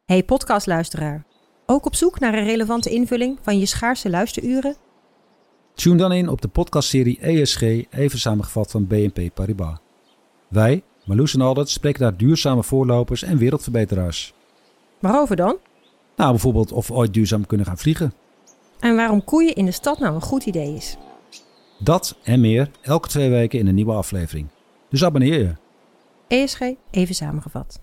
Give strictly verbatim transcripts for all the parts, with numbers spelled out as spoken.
Hey podcastluisteraar, ook op zoek naar een relevante invulling van je schaarse luisteruren? Tune dan in op de podcastserie E S G, even samengevat van B N P Paribas. Wij, Marloes en Aldert, spreken daar duurzame voorlopers en wereldverbeteraars. Waarover dan? Nou, bijvoorbeeld of we ooit duurzaam kunnen gaan vliegen. En waarom koeien in de stad nou een goed idee is. Dat en meer elke twee weken in een nieuwe aflevering. Dus abonneer je. E S G, even samengevat.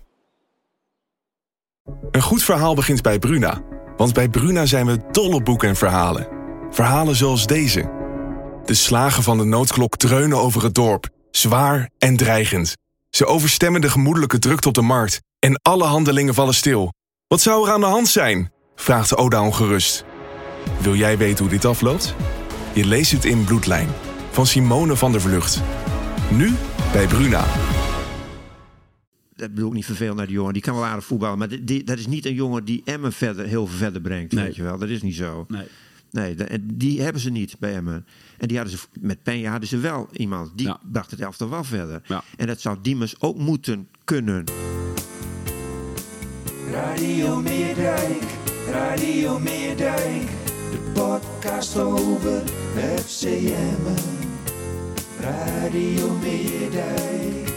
Een goed verhaal begint bij Bruna. Want bij Bruna zijn we dol op boeken en verhalen. Verhalen zoals deze. De slagen van de noodklok dreunen over het dorp. Zwaar en dreigend. Ze overstemmen de gemoedelijke drukte op de markt. En alle handelingen vallen stil. Wat zou er aan de hand zijn? Vraagt Oda ongerust. Wil jij weten hoe dit afloopt? Je leest het in Bloedlijn. Van Simone van der Vlucht. Nu bij Bruna. Dat bedoel ik niet vervelend naar die jongen. Die kan wel aardig voetballen. Maar die, die, dat is niet een jongen die Emmen verder, heel veel verder brengt. Nee. Weet je wel. Dat is niet zo. Nee. Nee, de, die hebben ze niet bij Emmen. En die hadden ze, met Peña hadden ze wel iemand. Die Ja. bracht het elftal wel verder. Ja. En dat zou Diemers ook moeten kunnen. Radio Meerdijk, Radio Meerdijk, de podcast over F C Emmen. Radio Meerdijk,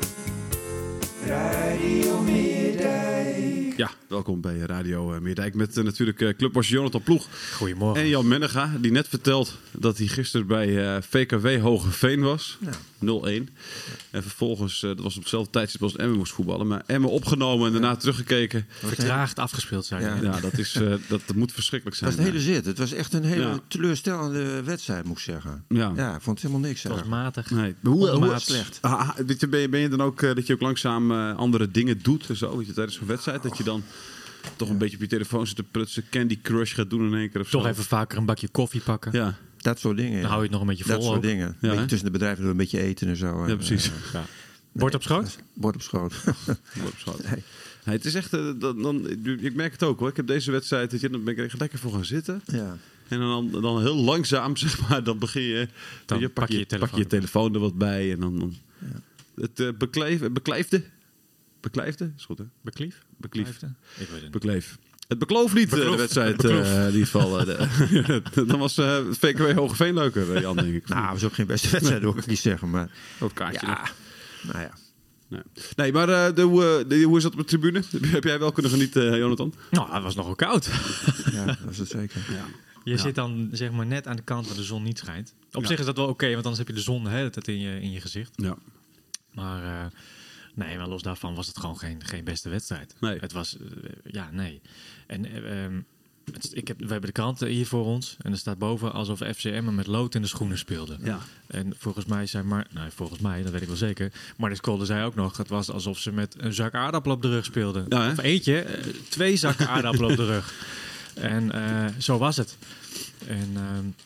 Radio Meerdijk. Ja, welkom bij Radio Meerdijk met uh, natuurlijk uh, clubboss Jonathan Ploeg. Goedemorgen. En Jan Mennega, die net vertelt dat hij gisteren bij uh, V K W Hogeveen was. Ja. nul-een. En vervolgens, uh, dat was op hetzelfde tijdstip als Emmen moest voetballen. Maar Emmen opgenomen en daarna ja. teruggekeken. Vertraagd afgespeeld zijn. Ja. Ja. Ja, dat, is, uh, dat, dat moet verschrikkelijk zijn. Dat was de hele zit. Het was echt een hele Ja. teleurstellende wedstrijd, moet ik zeggen. Ja. Ja, ik vond het helemaal niks. Het was eigenlijk. matig. Nee. Maar hoe, hoe Ondermaats. slecht. Ah, weet je, ben, je, ben je dan ook uh, dat je ook langzaam uh, andere dingen doet en zo? Weet je, tijdens zo'n wedstrijd dat je dan toch een beetje op je telefoon zit te prutsen, Candy Crush gaat doen in één keer of Toch zo. even vaker een bakje koffie pakken. Ja, Dat soort dingen. Dan ja. hou je het nog een beetje vol. Dat soort ook. dingen. Een Ja, beetje hè? tussen de bedrijven door een beetje eten en zo. ja precies. Uh, Ja. Bord op schoot? Bord op schoot. Wordt op schoot. Nee, het is echt, uh, dan, dan, ik merk het ook hoor. Ik heb deze wedstrijd, weet je, dan ben ik er lekker voor gaan zitten. ja. En dan, dan heel langzaam, zeg maar, dan begin je, Dan je, pak je je telefoon pak je telefoon er wat bij. En dan, dan Ja. het uh, bekleef, beklijfde. Beklijfde, is goed hè? Beklief? Beklief. Ik weet het niet. Bekleef. Het bekloof niet, uh, de Bekloof. wedstrijd. Uh, in ieder geval. Uh, de, dan was uh, V K W Hogeveen leuker, uh, Jan, denk ik. Nou, was ook geen beste wedstrijd, wil ik niet zeggen. Maar Ook kaartje. ja, nog. nou ja. Nee. nee, maar uh, de, uh, de, hoe is dat op de tribune? Heb jij wel kunnen genieten, uh, Jonathan? Nou, het was nogal koud. Ja, dat is het zeker. Ja. Je Ja. zit dan zeg maar net aan de kant waar de zon niet schijnt. Op Ja. zich is dat wel oké, want anders heb je de zon de hele tijd in je, in je gezicht. Ja. Maar uh, nee, maar los daarvan was het gewoon geen, geen beste wedstrijd. Nee. Het was, uh, ja, nee. En uh, um, het, ik heb, we hebben de kranten hier voor ons. En er staat boven alsof F C Emmen met lood in de schoenen speelde. Ja. En volgens mij zei maar, nou volgens mij, dat weet ik wel zeker. Marnix Kolder zei ook nog, het was alsof ze met een zak aardappelen op de rug speelden. Ja, hè? Of eentje, uh, twee zakken aardappelen op de rug. En uh, zo was het. En uh,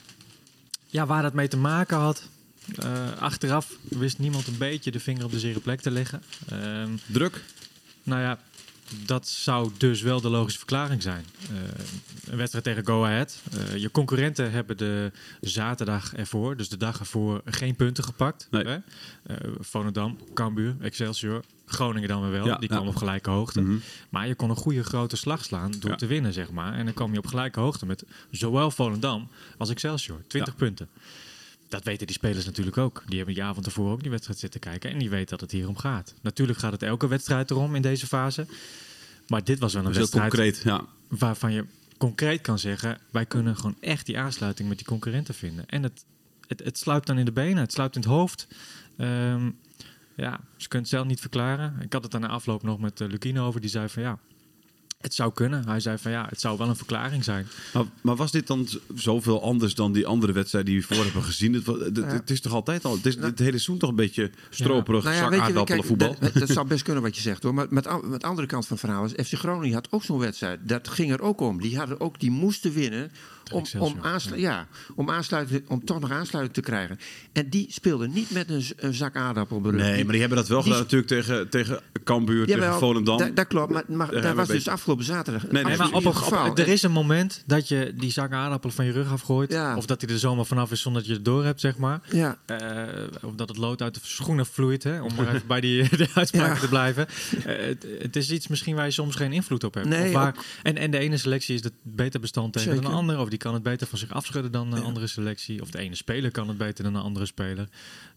ja, waar dat mee te maken had, uh, achteraf wist niemand een beetje de vinger op de zere plek te leggen. Uh, Druk? nou ja, dat zou dus wel de logische verklaring zijn. Uh, een wedstrijd tegen Go Ahead. Uh, je concurrenten hebben de zaterdag ervoor, dus de dag ervoor, geen punten gepakt. Nee. Hè? Uh, Volendam, Cambuur, Excelsior, Groningen dan weer wel. Ja, die ja. kwamen op gelijke hoogte. Mm-hmm. Maar je kon een goede grote slag slaan door Ja. te winnen, zeg maar. En dan kwam je op gelijke hoogte met zowel Volendam als Excelsior. twintig Ja. punten. Dat weten die spelers natuurlijk ook. Die hebben die avond ervoor ook die wedstrijd zitten kijken. En die weten dat het hier om gaat. Natuurlijk gaat het elke wedstrijd erom in deze fase. Maar dit was wel een Dat is heel wedstrijd concreet, ja. waarvan je concreet kan zeggen, wij kunnen gewoon echt die aansluiting met die concurrenten vinden. En het, het, het sluipt dan in de benen, het sluipt in het hoofd. Um, ja, ze kunnen het zelf niet verklaren. Ik had het aan de afloop nog met uh, Lucino over. Die zei van ja, het zou kunnen. Hij zei van ja, het zou wel een verklaring zijn. Maar, maar was dit dan z- zoveel anders dan die andere wedstrijden die we voor hebben gezien? Het, wa- het, Ja. het is toch altijd al... Het is het hele seizoen toch een beetje stroperig, Nou ja, zak weet je, aardappelen kijk, voetbal? Dat, dat zou best kunnen wat je zegt hoor. Maar met, an- met de andere kant van het verhaal is F C Groningen had ook zo'n wedstrijd. Dat ging er ook om. Die hadden ook, die moesten winnen om, om, aanslu- ja, om, aansluiting, om toch nog aansluiting te krijgen. En die speelden niet met een, z- een zak aardappel op de rug. Nee, maar die hebben dat wel die- gedaan natuurlijk tegen, tegen Cambuur, tegen Jawel, Volendam. Dat, dat klopt, maar, maar daar hebben was we dus een afgelopen afgelopen zaterdag. Nee, nee, Nee, maar absoluut op, niet op, het geval. op- er is een moment dat je die zak aardappelen van je rug afgooit. Ja. Of dat hij er zomaar vanaf is zonder dat je het door hebt, zeg maar. Ja. Uh, of dat het lood uit de schoenen vloeit, hè, om maar even bij die de uitspraken Ja. te blijven. Uh, het, het is iets misschien waar je soms geen invloed op hebt. Nee, of waar, ook- en, en de ene selectie is het beter bestand tegen Zeker. dan de andere. Of die kan het beter van zich afschudden dan de Ja. andere selectie. Of de ene speler kan het beter dan de andere speler.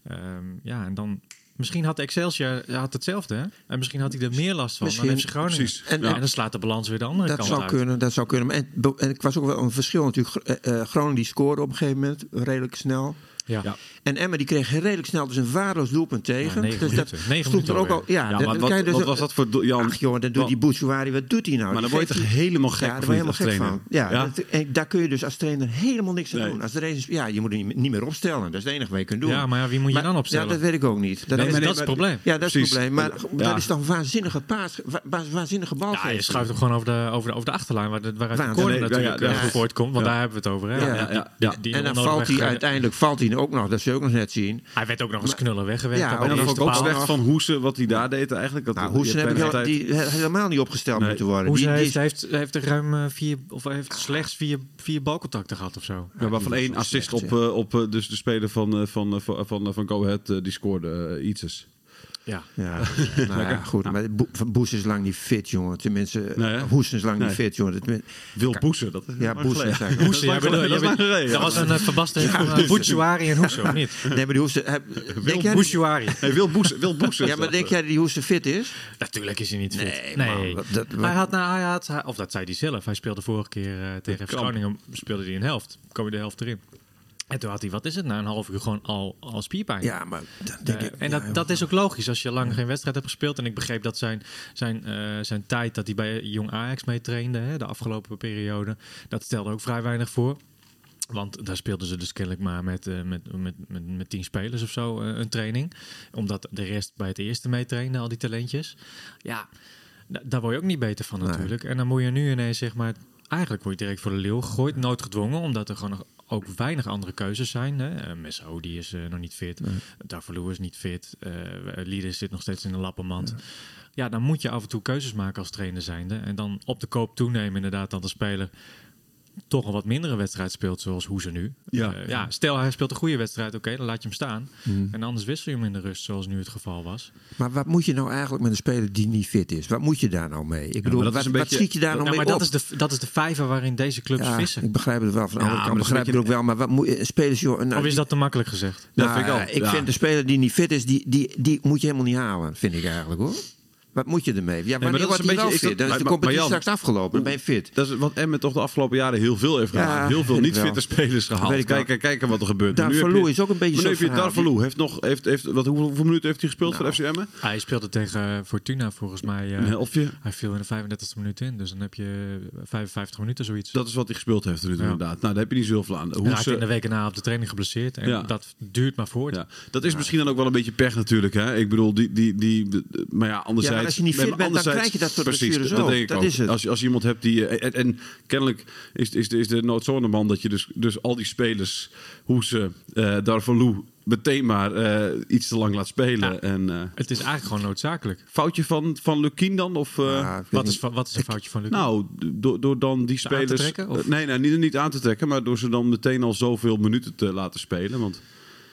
Um, ja, en dan... Misschien had Excelsior had hetzelfde, hè? En misschien had hij er meer last van Misschien, dan F C Groningen. precies. En- En, en dan slaat de balans weer de andere Dat kant zou uit. kunnen, dat zou kunnen. Maar En, en ik was ook wel een verschil natuurlijk. Uh, uh, Groningen die scoorde op een gegeven moment redelijk snel. Ja. Ja. En Emma die kreeg redelijk snel dus een waardeloos doelpunt tegen. Ja, negen dus minuten. dat Negen stond er ook minuten al. Ja, Ja, dan- maar dan wat, kan je dus wat ook- was dat voor... do- Jan, Ach joh, dan doet wat- die Bouchouari, wat doet hij nou? maar Die dan word je geeft toch die- helemaal gek Ja, daar van word je als helemaal gek trainer. van. Ja, Ja? Dat, en daar kun je dus als trainer helemaal niks aan Nee. doen. Als de race, ja, je moet er niet, niet meer opstellen. Dat is het enige wat je kunt doen. Ja, maar ja, wie moet je Maar- dan opstellen? Ja, dat weet ik ook niet. Dat, Nee, is, maar nee, dat is het maar- probleem. ja, dat is het Precies. probleem. Maar Ja. dat is toch een waanzinnige paas, wa- wa- waanzinnige bal. Ja, je schuift hem gewoon over de, over de, over de achterlijn, waar de, waaruit de Waanzin. corner Nee, natuurlijk ja, ja, eh, ja. voortkomt. Want Ja. daar hebben we het over. Hè? Ja, ja, ja. Die- die En dan onnodig valt hij wegge- uiteindelijk, valt hij ook nog, dat zul je ook nog net zien. Hij werd ook nog eens knullen weggewerkt. Ja, daar ook bij En de dan vond eerste ik ook paal. slecht van Hoesen, wat hij daar deed eigenlijk. Dat, Nou, Hoesen je heb ik hebt heel- bijna die he- helemaal niet opgesteld Nee. moeten worden. Hoe Die, ze die heeft, is- heeft, heeft er ruim eh, vier, of hij heeft slechts vier, vier balcontacten gehad of zo. Ja, waarvan die was één zo assist slecht, op, eh, op eh, dus de speler van, eh, van, eh, van, van, van Go Ahead, eh, die scoorde uh, iets. Ja. Ja, nou ja, goed. Maar Bo- Van Boes is lang niet fit, jongen. Tenminste, Nee, hè? Hoesen is lang Nee. niet fit, jongen. Dat- Wil Boesen, dat is Ja, lang Boesen geleden. is eigenlijk- Hoesen, ja, Dat is lang bedoel, je geleden, dat is lang bent- geleden, dat ja. was een uh, verbastering van uh, Bouchouari en Hoeso, of niet? Nee, maar die Hoesen... hij- Denk jij, Bouchouari. Hey, Wil Boesen, Wil Boesen. ja, is maar dat. denk jij dat die Hoesen fit is? Natuurlijk is hij niet fit. Nee, Nee. man, dat- dat- hij had, nou, hij had, hij- of dat zei hij zelf. Hij speelde vorige keer uh, tegen F C Kamp. Groningen, speelde hij een helft. Kom je de helft erin. En toen had hij, wat is het, na een half uur gewoon al, al spierpijn. Ja, maar dat denk Uh, ik... en ja, dat, dat is ook logisch als je lang geen wedstrijd hebt gespeeld. En ik begreep dat zijn, zijn, uh, zijn tijd dat hij bij Jong Ajax mee trainde, hè, de afgelopen periode, dat stelde ook vrij weinig voor. Want daar speelden ze dus kennelijk maar met, uh, met, met, met, met tien spelers of zo uh, een training. Omdat de rest bij het eerste meetrainde, al die talentjes. Ja, da- daar word je ook niet beter van natuurlijk. Nee. En dan moet je nu ineens zeg maar... Eigenlijk word je direct voor de leeuw gegooid, noodgedwongen, omdat er gewoon nog ook weinig andere keuzes zijn. Hè. Uh, Messao, die is uh, nog niet fit. Nee. Davalo is niet fit. Uh, Lieder zit nog steeds in de lappenmand. Ja. ja, dan moet je af en toe keuzes maken als trainer zijnde. En dan op de koop toenemen inderdaad dat de speler toch een wat mindere wedstrijd speelt, zoals Hoese nu. Ja. Uh, ja, stel hij speelt een goede wedstrijd, oké, okay, dan laat je hem staan. Hmm. En anders wissel je hem in de rust, zoals nu het geval was. Maar wat moet je nou eigenlijk met een speler die niet fit is? Wat moet je daar nou mee? Ik bedoel, ja, wat, wat beetje, schiet je daar nou ja, mee maar op? dat is, de, dat is de vijver waarin deze clubs ja, vissen. Ik begrijp het wel. Van de ja, andere kant begrijp ik beetje... het ook wel. Maar wat moet je, spelers... Joh, nou, of is dat te makkelijk gezegd? Nou, dat vind ik, al. ik ja. vind de speler die niet fit is, die, die, die moet je helemaal niet halen. Vind ik eigenlijk, hoor. Wat moet je ermee? Ja, wanneer nee, wordt hij wel fit? Dan is de competitie straks afgelopen. Dan ben je fit. Dat is wat Emmen toch de afgelopen jaren heel veel heeft gedaan. Ja, heel veel niet fitte spelers gehaald. Kijken kijk wat er gebeurt. Davalo is ook een beetje zo'n verhaal. Davalo heeft nog... Heeft, heeft, wat, hoeveel, hoeveel minuten heeft hij gespeeld nou, voor F C Emmen? Hij speelde tegen Fortuna volgens mij. Uh, een helftje. Hij viel in de vijfendertigste minuut in. Dus dan heb je vijfenvijftig minuten zoiets. Dat is wat hij gespeeld heeft er nu ja. inderdaad. Nou, daar heb je niet zoveel aan. Hij raakte in de weken na op de training geblesseerd. En ja. dat duurt maar voort. Ja. Dat is ja. misschien dan ook wel een beetje pech natuurlijk. Hè? Ik bedoel, die... die, die maar ja, anderzijds... Ja, als je niet fit bent, dan krijg je dat soort blessures zo. Dat denk ik dat ook. Is het. Als, als je iemand hebt die... En, en kennelijk is, is, is de noodzoneman dat je dus, dus al die spelers... Hoe ze uh, Davalo meteen maar uh, iets te lang laat spelen. Ja. En, uh, het is eigenlijk gewoon noodzakelijk. Foutje van, van Lukien dan? Of, uh, ja, wat, is, wat is een foutje van Lukien? Nou, door, door dan die spelers... Aan te trekken, of? Nee, nee niet, niet aan te trekken. Maar door ze dan meteen al zoveel minuten te laten spelen. Want...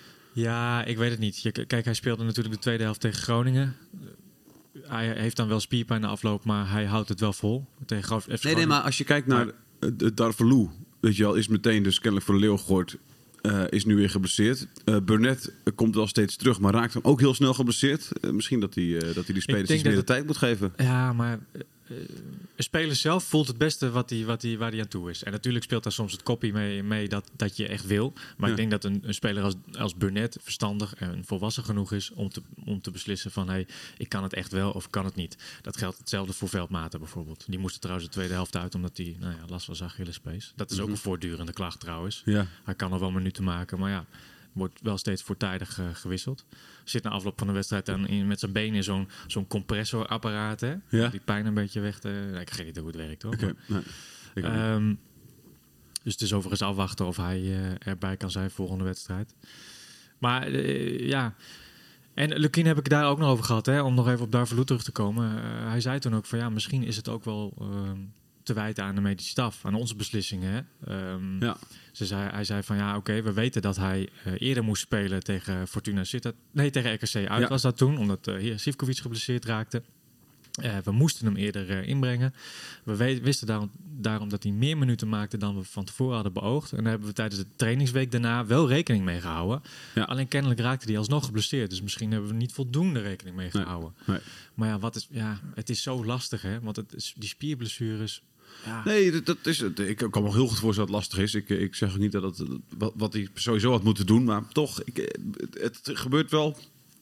Ja, ik weet het niet. Je, kijk, hij speelde natuurlijk de tweede helft tegen Groningen. Hij heeft dan wel spierpijn na afloop, maar hij houdt het wel vol. Tegen F C Groningen. Nee, nee, maar als je kijkt naar uh, Davalo, weet je wel, is meteen dus kennelijk voor de leeuw gegooid. Uh, is nu weer geblesseerd. Uh, Burnett uh, komt wel steeds terug, maar raakt dan ook heel snel geblesseerd. Uh, misschien dat hij uh, dat hij die spelers iets meer de tijd moet geven. Ja, maar uh, een speler zelf voelt het beste wat hij, wat hij, waar hij aan toe is. En natuurlijk speelt daar soms het koppie mee, mee dat, dat je echt wil. Maar ja. ik denk dat een, een speler als, als Burnett verstandig en volwassen genoeg is om te, om te beslissen van... Hey, ik kan het echt wel of kan het niet. Dat geldt hetzelfde voor Veldmaten bijvoorbeeld. Die moest er trouwens de tweede helft uit omdat hij nou ja, last van zijn Achillespees. Dat is mm-hmm. ook een voortdurende klacht trouwens. Ja. Hij kan nog wel minuten maken, maar ja... wordt wel steeds voortijdig uh, gewisseld. Zit na afloop van de wedstrijd dan in, met zijn benen in zo'n, zo'n compressorapparaat. Hè? Ja. Die pijn een beetje weg te... Nou, ik weet niet hoe het werkt hoor. Okay. Nee, um, dus het is overigens afwachten of hij uh, erbij kan zijn volgende wedstrijd. Maar uh, ja... En Lukkien heb ik daar ook nog over gehad, hè, om nog even op Darvalu terug te komen. Uh, hij zei toen ook van ja, misschien is het ook wel uh, te wijten aan de medische staf, aan onze beslissingen. Hè. Um, ja. Ze zei, hij zei van ja, oké, okay, we weten dat hij uh, eerder moest spelen tegen Fortuna Sittard. Nee, tegen R K C uit ja. was dat toen, omdat uh, Sivkovic geblesseerd raakte. Uh, we moesten hem eerder uh, inbrengen. We we- wisten daarom, daarom dat hij meer minuten maakte dan we van tevoren hadden beoogd. En daar hebben we tijdens de trainingsweek daarna wel rekening mee gehouden. Ja. Alleen kennelijk raakte hij alsnog geblesseerd. Dus misschien hebben we niet voldoende rekening mee gehouden. Nee, nee. Maar ja, wat is, ja, het is zo lastig, hè? Want het is, die spierblessures... Ja. Nee, dat, dat is het. Ik kan me heel goed voorstellen dat het lastig is. Ik, ik zeg ook niet dat het wat, wat hij sowieso had moeten doen. Maar toch, ik, het, het gebeurt wel...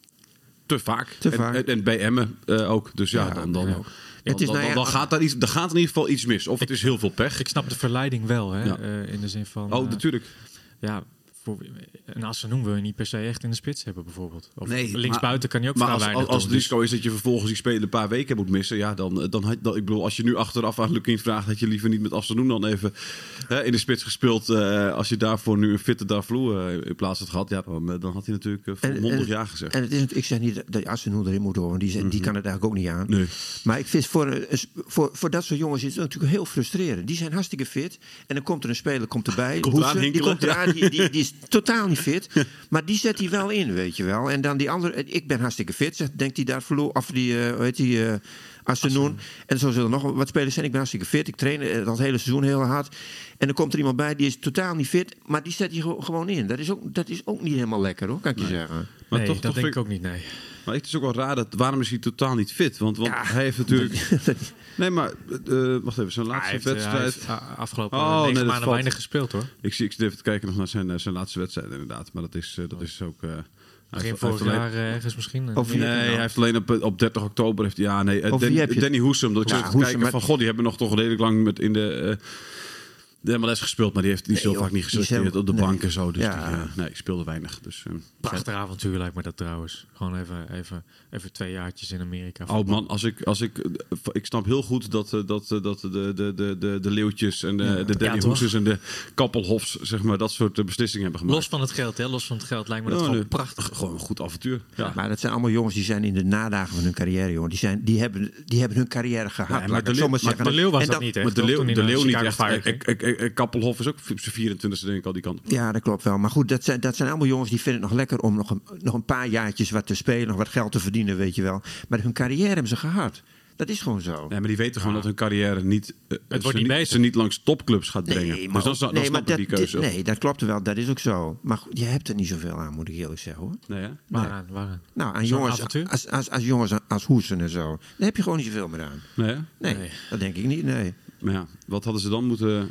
Te vaak. Te en, vaak. En, en bij Emmen uh, ook. Dus ja, ja dan, dan, dan, het is dan, nou ja, dan, gaat daar iets, dan gaat er in ieder geval iets mis. Of ik, het is heel veel pech. Ik snap de verleiding wel, hè? Ja. Uh, in de zin van... Oh, uh, natuurlijk. Ja, voor een Assenoen wil je niet per se echt in de spits hebben, bijvoorbeeld. Of nee, linksbuiten kan je ook maar vrij als, weinig als, als het doen, risico is dat je vervolgens die spelen een paar weken moet missen, ja, dan, dan had dan, ik bedoel, als je nu achteraf aan Lukkien vraagt, had je liever niet met Assenoen dan even hè, in de spits gespeeld. Uh, als je daarvoor nu een fitte Darvalu uh, in plaats had gehad, ja, dan, dan had hij natuurlijk uh, volmondig ja gezegd. En het is, ik zeg niet dat je Assenoen erin moet horen, die, mm-hmm. die kan het eigenlijk ook niet aan. Nee. Maar ik vind voor, voor, voor dat soort jongens is het natuurlijk heel frustrerend. Die zijn hartstikke fit en dan komt er een speler komt erbij, komt Hoesen, eraan die komt eraan, die, die, die is totaal niet fit. Maar die zet hij wel in, weet je wel. En dan die andere, ik ben hartstikke fit, zegt, denkt hij daar verloor, of die, uh, hoe heet die, uh, Assenoen. En zo zullen nog wat spelers zijn. Ik ben hartstikke fit, ik train uh, dat hele seizoen heel hard. En dan komt er iemand bij, die is totaal niet fit, maar die zet hij ge- gewoon in. Dat is, ook, dat is ook niet helemaal lekker, hoor, kan ik nee. je zeggen. Maar nee, toch, dat toch denk ik ook niet, nee. Maar het is ook wel raar, dat, waarom is hij totaal niet fit? Want, want ja, hij heeft natuurlijk... nee, maar, uh, wacht even, zijn laatste hij heeft, wedstrijd... Hij heeft afgelopen oh, negen nee, maanden weinig gespeeld, hoor. Ik zie, ik zit even te kijken nog naar zijn, zijn laatste wedstrijd, inderdaad. Maar dat is, uh, dat is ook... Uh, Begin vorig jaar uh, ergens misschien? Of, nee, nou? Hij heeft alleen op, op dertig oktober... Heeft, ja, nee, uh, Dan, Danny Hoesem. Dat ik ja, zit te kijken van... God, die hebben nog toch redelijk lang met in de... Uh, de M L S gespeeld, maar die heeft niet nee, zo vaak niet geselecteerd op de nee. bank en zo. Dus ja. die, uh, nee, ik speelde weinig. Dus, uh, prachtig avontuur lijkt me dat trouwens. Gewoon even, even, even twee jaartjes in Amerika. Oh man, als ik, als ik, ik snap heel goed dat, dat, dat de, de, de, de, de Leeuwtjes en de, ja. de Danny ja, Hoesens en de Kappelhofs, zeg maar, dat soort beslissingen hebben gemaakt. Los van het geld, hè? Los van het geld lijkt me dat oh, gewoon nee. prachtig. Gewoon een goed avontuur. Ja. Maar dat zijn allemaal jongens die zijn in de nadagen van hun carrière, jongen. Die, zijn, die, hebben, die hebben hun carrière gehad. Ja, maar de, Leeuw, maar de Leeuw was en dat, dat niet, hè? Maar de Leeuw, de Leeuw niet echt. Kappelhof is ook zijn vierentwintigste denk ik al die kant. Ja, dat klopt wel. Maar goed, dat zijn, dat zijn allemaal jongens die vinden het nog lekker om nog een, nog een paar jaartjes wat te spelen, nog wat geld te verdienen, weet je wel. Maar hun carrière hebben ze gehad. Dat is gewoon zo. Ja, maar die weten gewoon ja. dat hun carrière niet, uh, het ze, wordt niet ze niet langs topclubs gaat brengen. Nee, maar dus dan, dan nee, maar dat, die keuze. Nee, dat klopt wel. Dat is ook zo. Maar goed, je hebt er niet zoveel aan, moet ik eerlijk zeggen, hoor. Nee, hè? Nee. Waaraan? Waaraan? Nou, aan jongens als, als, als jongens als Hoesen en zo. Daar heb je gewoon niet zoveel meer aan. Nee, hè? Nee, nee. Dat denk ik niet, nee. Maar ja, wat hadden ze dan moeten...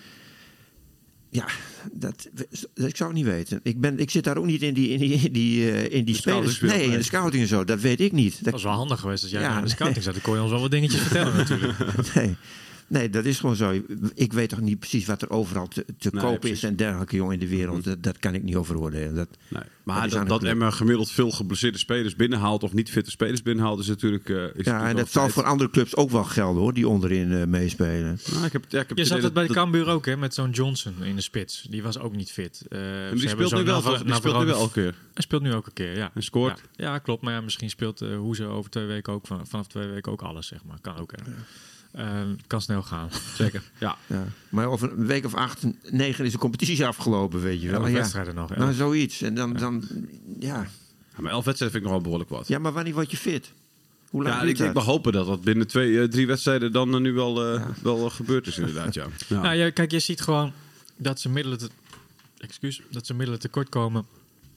Ja, dat, dat, ik zou het niet weten. Ik, ben, ik zit daar ook niet in die, in die, in die, uh, in die spelers. Nee, nee, in de scouting en zo. Dat weet ik niet. Dat, dat was wel handig geweest als jij ja, in de scouting nee. zat. Dan kon je ons wel wat dingetjes vertellen natuurlijk. Nee. Nee, dat is gewoon zo. Ik weet toch niet precies wat er overal te, te nee, koop is en dergelijke, jongen, in de wereld. Mm-hmm. Dat, dat kan ik niet over oordelen. Dat, nee. Maar dat, dat Emmen gemiddeld veel geblesseerde spelers binnenhaalt of niet fitte spelers binnenhaalt is natuurlijk... Uh, is ja, natuurlijk en dat zal voor andere clubs ook wel gelden, hoor, die onderin uh, meespelen. Nou, ik heb, ja, ik heb je zat het bij de Cambuur ook, hè, met zo'n Johnson in de spits. Die was ook niet fit. Uh, die speelt nu wel, Nav- die speelt nu wel elke keer. Hij speelt nu ook een keer, ja. En scoort. Ja, ja, klopt. Maar ja, misschien speelt uh, Hoeze over twee weken ook, van, vanaf twee weken ook alles, zeg maar. Kan ook, hè. Ja. Uh, kan snel gaan. Zeker. Ja. Ja. Maar over een week of acht, negen is de competitie afgelopen, weet je wel. Ja, wedstrijden nog. Ja. Nou, zoiets. En dan, ja. dan ja. ja. Maar elf wedstrijden vind ik nog wel behoorlijk wat. Ja, maar wanneer word je fit? Hoe lang ja, ik, ik mag hopen dat dat binnen twee, uh, drie wedstrijden dan uh, nu wel, uh, ja. wel uh, gebeurd is, inderdaad. Ja. Ja. Nou, ja, kijk, je ziet gewoon dat ze middelen, te, excuus, dat ze middelen tekort komen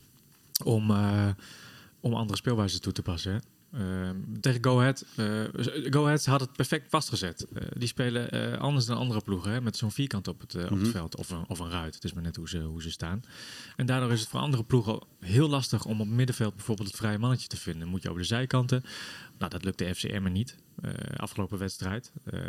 om, uh, om andere speelwijzen toe te passen. Hè? Uh, tegen Go Ahead. Uh, Go Ahead had het perfect vastgezet. Uh, die spelen uh, anders dan andere ploegen. Hè, met zo'n vierkant op het, uh, mm-hmm. op het veld. Of een, of een ruit. Het is maar net hoe ze, hoe ze staan. En daardoor is het voor andere ploegen heel lastig om op het middenveld bijvoorbeeld het vrije mannetje te vinden. Moet je over de zijkanten. Nou, dat lukte F C Emmen niet. Uh, afgelopen wedstrijd. Uh,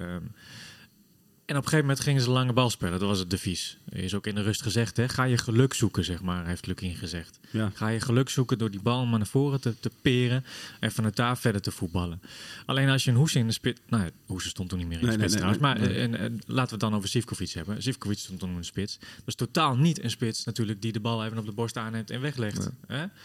En op een gegeven moment gingen ze lange bal spelen. Dat was het devies. Is ook in de rust gezegd. Hè? Ga je geluk zoeken, zeg maar, heeft Lukkien gezegd. Ja. Ga je geluk zoeken door die bal maar naar voren te, te peren. En vanuit daar verder te voetballen. Alleen als je een Hoese in de spits... Nou, Hoese stond toen niet meer in de nee, spits nee, nee, trouwens. Nee, maar nee. En, en, laten we het dan over Sivkovic hebben. Sivkovic stond toen in de spits. Dat is totaal niet een spits natuurlijk die de bal even op de borst aanneemt en weglegt. Ja. Hè?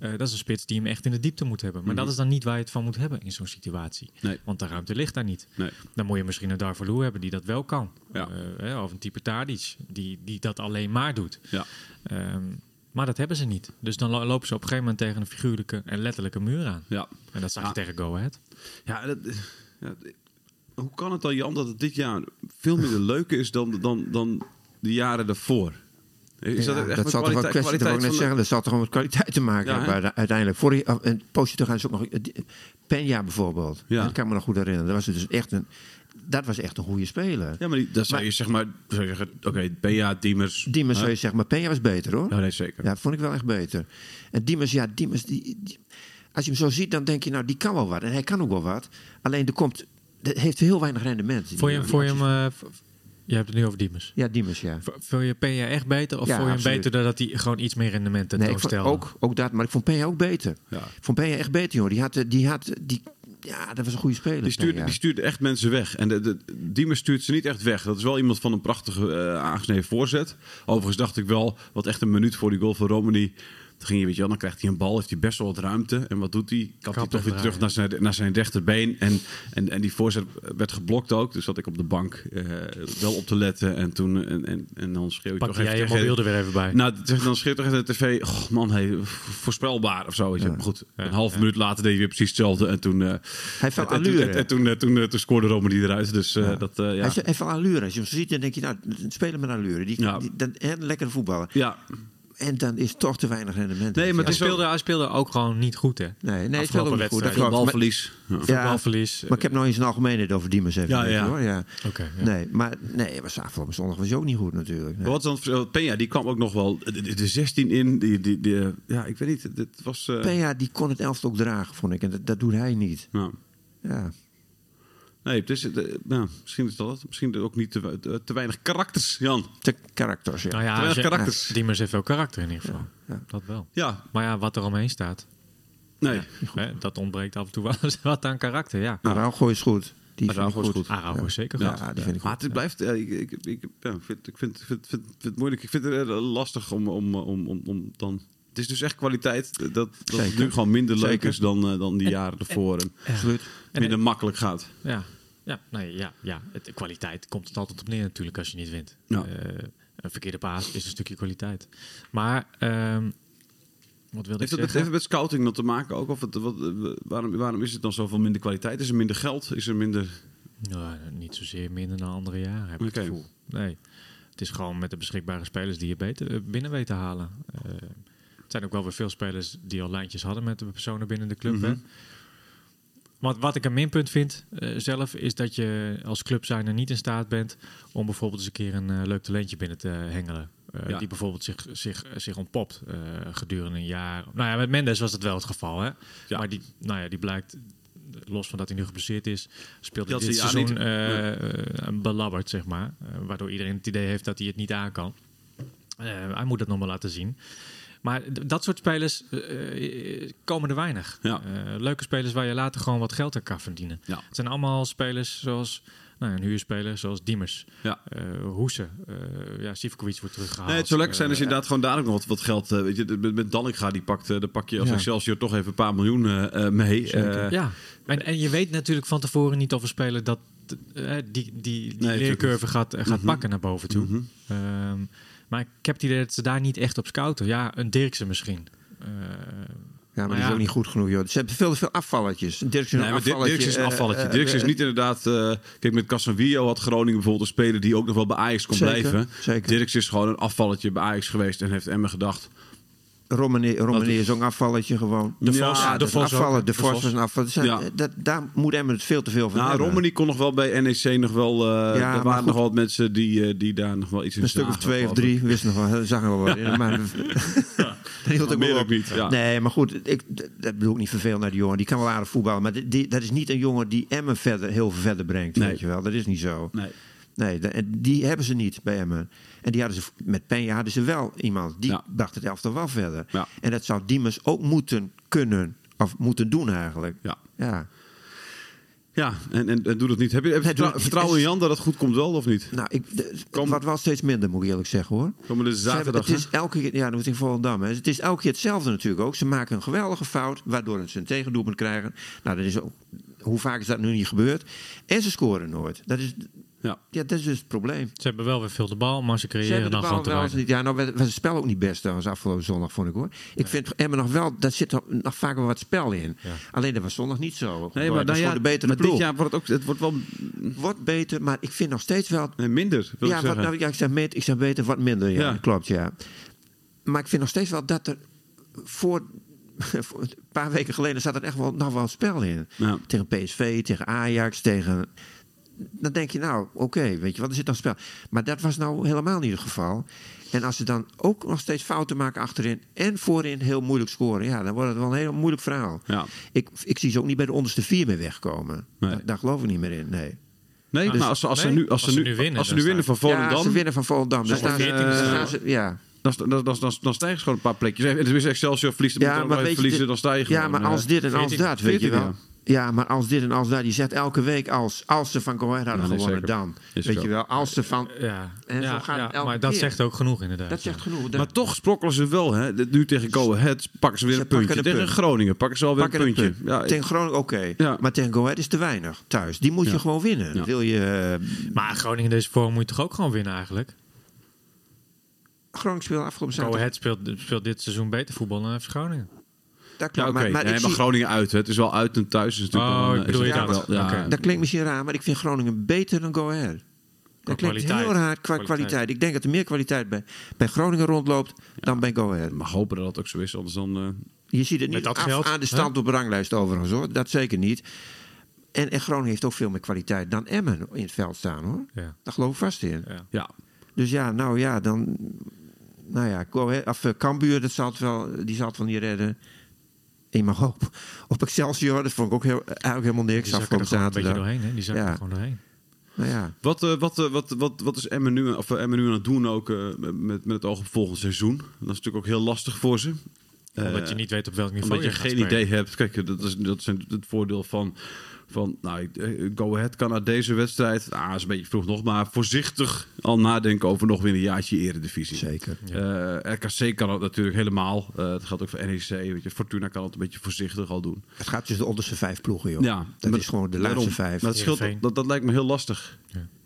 Uh, dat is een spits die hem echt in de diepte moet hebben. Maar mm-hmm. dat is dan niet waar je het van moet hebben in zo'n situatie. Nee. Want de ruimte ligt daar niet. Nee. Dan moet je misschien een Darvalu hebben die dat wel kan. Ja. Uh, of een type Tadic die, die dat alleen maar doet. Ja. Um, maar dat hebben ze niet. Dus dan lopen ze op een gegeven moment tegen een figuurlijke en letterlijke muur aan. Ja. En dat zag je ja. tegen Go Ahead. Ja, dat, ja, hoe kan het dan, Jan, dat het dit jaar veel minder leuk is dan, dan, dan de jaren daarvoor? Is ja, dat echt dat zal toch wel kwestie te net zeggen. Dat zal toch gewoon met kwaliteit te maken ja, hebben uiteindelijk. Voor die, een poosje terug gaan ze ook nog Peña bijvoorbeeld. Ja. Dat kan me nog goed herinneren. Dat was dus echt een, dat was echt een goede speler. Ja, maar die, dat zou je zeg maar, zou je zeggen, oké, okay, Peña, Diemers. Diemers zou je zeggen, maar Peña was beter hoor. Ja, nee, zeker. Ja, dat vond ik wel echt beter. En Diemers, ja, Diemers, die, die, als je hem zo ziet, dan denk je, nou, die kan wel wat. En hij kan ook wel wat. Alleen er komt, er heeft heel weinig rendement. Voor je, voor je hem... Uh, Je hebt het nu over Diemers. Ja, Diemers, ja. Vul je Peña echt beter? Of ja, vond je hem beter doordat hij gewoon iets meer rendement tentoonstelde? Nee, ook, ook dat. Maar ik vond Peña ook beter. Ja. Ik vond Peña echt beter, joh. Die had... Die had die, ja, dat was een goede speler. Die stuurde, ja. die stuurde echt mensen weg. En de, de, Diemers stuurt ze niet echt weg. Dat is wel iemand van een prachtige uh, aangesneden voorzet. Overigens dacht ik wel, wat echt een minuut voor die goal van Romani... Dan, ging je, weet je wel, dan krijgt hij een bal, heeft hij best wel wat ruimte. En wat doet hij? Kapt hij toch weer terug naar zijn, naar zijn rechterbeen. En, en, en die voorzet werd geblokt ook. Dus zat ik op de bank uh, wel op te letten. En, toen, en, en, en dan schreeuw ik Pak toch jij even... je mobiel er weer even bij? Nou, dan schreeuw ik toch even de tv... Oh man, hey, voorspelbaar of zo. Weet je. Ja. Goed, een ja, half ja. minuut later deed hij weer precies hetzelfde. En toen... Uh, hij valt en, allure. En, en, en toen, uh, toen, uh, toen scoorde Romani eruit. Dus uh, ja. dat... Uh, ja. Hij heeft allure. Als je hem zo ziet, dan denk je... Nou, spelen met allure. Die, ja. die, die, een lekkere voetballer. Ja. En dan is toch te weinig rendement. Nee, maar hij speelde, hij speelde ook gewoon niet goed, hè? Nee, nee hij speelde ook niet goed. Veel balverlies. Ja. Ja, balverlies. Maar ik heb nou eens een algemeenheid over Diemers even. Ja, ja. Hoor. Ja. Okay, ja. Nee, maar nee, was afgelopen zondag was hij ook niet goed natuurlijk. Nee. Wat dan? Peña, die kwam ook nog wel de, de zestien in. Die, die, die, ja, ik weet niet. Het was. Uh... Peña, die kon het elftal ook dragen, vond ik. En dat, dat doet hij niet. Nou. Ja. Nee, het is, uh, nou, misschien is dat het. Misschien ook niet te, te, te weinig karakters, Jan. Te karakters, ja. Nou ja, te weinig je, karakters. Ja, Diemers heeft veel karakter in ieder geval. Ja, ja. Dat wel. Ja. Maar ja, wat er omheen staat. Nee. Ja, hè, dat ontbreekt af en toe wel eens wat aan karakter, ja. Araujo is goed. Die Araujo is goed. Araujo ja. is zeker ja, goed. Ja, die vind ik goed. Maar het blijft... Uh, ik, ik, ik, ja, vind, ik vind, vind, vind, vind het moeilijk. Ik vind het uh, lastig om, om, om, om, om dan... Het is dus echt kwaliteit dat, dat het nu gewoon minder leuk Zeker. is dan, uh, dan die en, jaren ervoor. En, en, Absoluut. En minder en, makkelijk gaat. Ja. Ja, nee, ja, ja. Het, de kwaliteit komt het altijd op neer natuurlijk als je niet wint. Ja. Uh, een verkeerde paas is een stukje kwaliteit. Maar, um, wat wilde Heeft ik dat zeggen? even met scouting nog te maken ook? Of het, wat, waarom, waarom is het dan zoveel minder kwaliteit? Is er minder geld? Is er minder... Nou, niet zozeer minder dan andere jaren, heb ik okay. het gevoel. Nee, het is gewoon met de beschikbare spelers die je beter binnen weet te halen. Uh, het zijn ook wel weer veel spelers die al lijntjes hadden met de personen binnen de club, mm-hmm. hè? Wat, wat ik een minpunt vind uh, zelf, is dat je als club zijnde niet in staat bent om bijvoorbeeld eens een keer een uh, leuk talentje binnen te hengelen. Uh, ja. Die bijvoorbeeld zich, zich, zich ontpopt uh, gedurende een jaar. Nou ja, met Mendes was dat wel het geval, hè? Ja. Maar die, nou ja, die blijkt, los van dat hij nu geblesseerd is, speelt hij dit seizoen uh, ja. uh, belabberd, zeg maar. Uh, waardoor iedereen het idee heeft dat hij het niet aan kan. Uh, hij moet dat nog maar laten zien. Maar d- dat soort spelers uh, komen er weinig. Ja. Uh, leuke spelers waar je later gewoon wat geld aan kan verdienen. Ja. Het zijn allemaal spelers zoals nou, een huurspeler, zoals Diemers, ja. uh, Hoese, uh, ja, Sivkovic wordt teruggehaald. Nee, het zou lekker zijn als je uh, inderdaad gewoon dadelijk nog wat, wat geld... Uh, weet je, met, met Dallinga, die pakt, uh, dan pak je als ja. Excelsior toch even een paar miljoen uh, mee. Uh, ja, en, en je weet natuurlijk van tevoren niet of een speler dat uh, die, die, die nee, leercurve gaat, gaat mm-hmm. pakken naar boven toe. Mm-hmm. Um, Maar ik heb het idee dat ze daar niet echt op scouten. Ja, een Dirksen misschien. Uh, ja, maar, maar die ja. is ook niet goed genoeg, joh. Ze hebben veel te veel afvalletjes. Dirksen nee, is een afvalletje. Dirksen is een afvalletje. Uh, Dirksen is niet inderdaad... Uh, kijk, met Casemiro had Groningen bijvoorbeeld een speler die ook nog wel bij Ajax kon zeker, blijven. Zeker. Dirksen is gewoon een afvalletje bij Ajax geweest en heeft Emmen gedacht... Romani, Romani is ook een afvalletje gewoon. De Vos, ja, de Vos afvallen. De Vos was een afval. Zijn, ja. dat, daar moet Emmen het veel te veel van nou, hebben. Romani kon nog wel bij N E C nog wel... Uh, ja, er waren nog wel wat mensen die, uh, die daar nog wel iets in een stuk of twee of drie, wist nog wel. Dat zag er wel wat in. Maar dat hield ook meer wel ook niet. Ja. Nee, maar goed, ik, dat bedoel ik niet vervelend naar die jongen. Die kan wel aardig voetballen. Maar die, die, dat is niet een jongen die Emmen verder, heel veel verder brengt. Nee. Weet je wel. Dat is niet zo. Nee. Nee, die hebben ze niet bij Emmen. En die hadden ze, met Peña hadden ze wel iemand. Die ja. bracht het elftal wel verder. Ja. En dat zou Diemers ook moeten kunnen. Of moeten doen eigenlijk. Ja. Ja. Ja, en, en, en doe dat niet. Heb je, heb je Nee, doe vertrou- het niet. vertrouwen in Jan dat het goed komt wel of niet? Nou, ik, de, het Kom- wordt wel steeds minder, moet ik eerlijk zeggen, hoor. Komende Ze hebben- zaterdag. het is elke keer, ja, dat moet in Volendam. Hè. Het is elke keer hetzelfde natuurlijk ook. Ze maken een geweldige fout, waardoor ze een tegendoelpunt krijgen. Nou, dat is ook, hoe vaak is dat nu niet gebeurd? En ze scoren nooit. Dat is, Ja. ja, dat is dus het probleem. Ze hebben wel weer veel de bal, maar ze Ze creëren hebben de dan bal gewoon te wel eens weinig. niet. Ja, nou, we, we spelen ook niet best trouwens afgelopen zondag, vond ik hoor. Ik vind Emmen nog wel, daar zit nog, nog vaak wel wat spel in. Ja. Alleen dat was zondag niet zo. Nee, Dat maar, was nou ja, gewoon de betere maar dit ploeg. jaar wordt het ook... Het wordt wel Wordt beter, maar ik vind nog steeds wel... nee, minder, wil Ja, ik wat, zeggen. nou, ja, ik zeg, met, ik zeg beter, wat minder. Ja, Ja. klopt, ja. Maar ik vind nog steeds wel dat er voor, voor een paar weken geleden zat er echt wel nog wel spel in. Ja. Tegen P S V, tegen Ajax, tegen... Dan denk je, nou, oké, weet je wat, er zit dan spel. Maar dat was nou helemaal niet het geval. En als ze dan ook nog steeds fouten maken achterin en voorin heel moeilijk scoren, ja, dan wordt het wel een heel moeilijk verhaal. Ja. Ik, ik zie ze ook niet bij de onderste vier meer wegkomen. Nee. Daar, daar geloof ik niet meer in, nee. Nee, Dus- nou, als, ze- als, nee, ze nu, als, als ze ze nu, nu winnen, als ze dan nu winnen van staat- Ja, Volendam... ze winnen van Volendam. Dan Zo'n staan ze, veertiende dan staan. staan ze- ja. Dan, dan, dan, dan, dan stijgen ze gewoon een paar plekjes. En tenminste, Excelsior verliest, dan Ja, moet maar maar weet je, verliezen, dit- dan sta je Ja, gewoon, maar eh, als dit en als veertien, dat, weet je veertien, wel. Ja, maar als dit en als dat. Je zegt elke week als, als ze van Go Ahead hadden Ja, nee, gewonnen, zeker. dan. Is weet zo. je wel, als ze van... Ja, En zo ja, gaat het ja, elke maar dat keer. zegt ook genoeg inderdaad. Dat zegt ja. genoeg. Dat- Maar toch sprokkelen ze wel. Hè. Dit- Nu tegen Go Ahead pakken ze weer Ze een puntje. pakken een Tegen punt. Groningen pakken ze alweer een pakken een puntje. punt. Ja, ik- Tegen Groningen, oké. Ja. Maar tegen Go Ahead is te weinig thuis. Die moet je Ja. gewoon winnen. Ja. Wil je... uh, Maar Groningen in deze vorm moet je toch ook gewoon winnen eigenlijk? Groningen speelde afgelopen Go zaterdag. Ahead speelt, speelt dit seizoen beter voetbal dan F C Groningen. Dat klopt. ja, oké. Maar, maar Nee, ik maar zie- Groningen uit. Hè. Het is wel uit en thuis. Is natuurlijk Oh, wel een- ik bedoel is je het dat? wel- ja, Oké. Dat klinkt misschien raar, maar ik vind Groningen beter dan Go Ahead. Dat klinkt kwaliteit. heel raar qua Kwaliteit. kwaliteit. Ik denk dat er meer kwaliteit bij, bij Groningen rondloopt dan bij Go Ahead. Ik mag hopen dat dat ook zo is. Anders dan... eh, Je ziet het Met niet dat af geld, aan de hè? stand op de ranglijst overigens hoor. Dat zeker niet. En, en Groningen heeft ook veel meer kwaliteit dan Emmen in het veld staan hoor. Ja. Daar geloof ik vast in. Ja. ja. Dus ja, nou ja, dan... Nou ja, Go Ahead- of, uh, Cambuur, dat zal het wel, die zal het wel niet redden. En je mag hopen op Excelsior. Dat vond ik ook heel, eigenlijk helemaal niks. Die zakken er Afgelopen gewoon een beetje zaterdag. doorheen. Hè? Die zakken Ja. er gewoon doorheen. Nou ja. Wat, eh, wat, eh, wat, wat, wat is Emmen nu, of, eh, Emmen nu aan het doen ook eh, met, met het oog op volgend seizoen? Dat is natuurlijk ook heel lastig voor ze. Omdat Eh, je niet weet op welk niveau Omdat je je gaat geen spelen. idee hebt. Kijk, dat is, dat is het voordeel van... van nou, eh, Go Ahead kan uit deze wedstrijd... Ah, dat is een beetje vroeg nog, maar voorzichtig al nadenken over nog weer een jaartje eredivisie. Zeker. Eh, R K C kan het natuurlijk helemaal. Eh dat geldt ook voor N E C. Weet je. Fortuna kan het een beetje voorzichtig al doen. Het gaat tussen de onderste vijf ploegen, joh. Ja, dat maar- is gewoon de daarom. laatste vijf. Maar dat, scheelt, Heerenveen. dat, dat lijkt me heel lastig.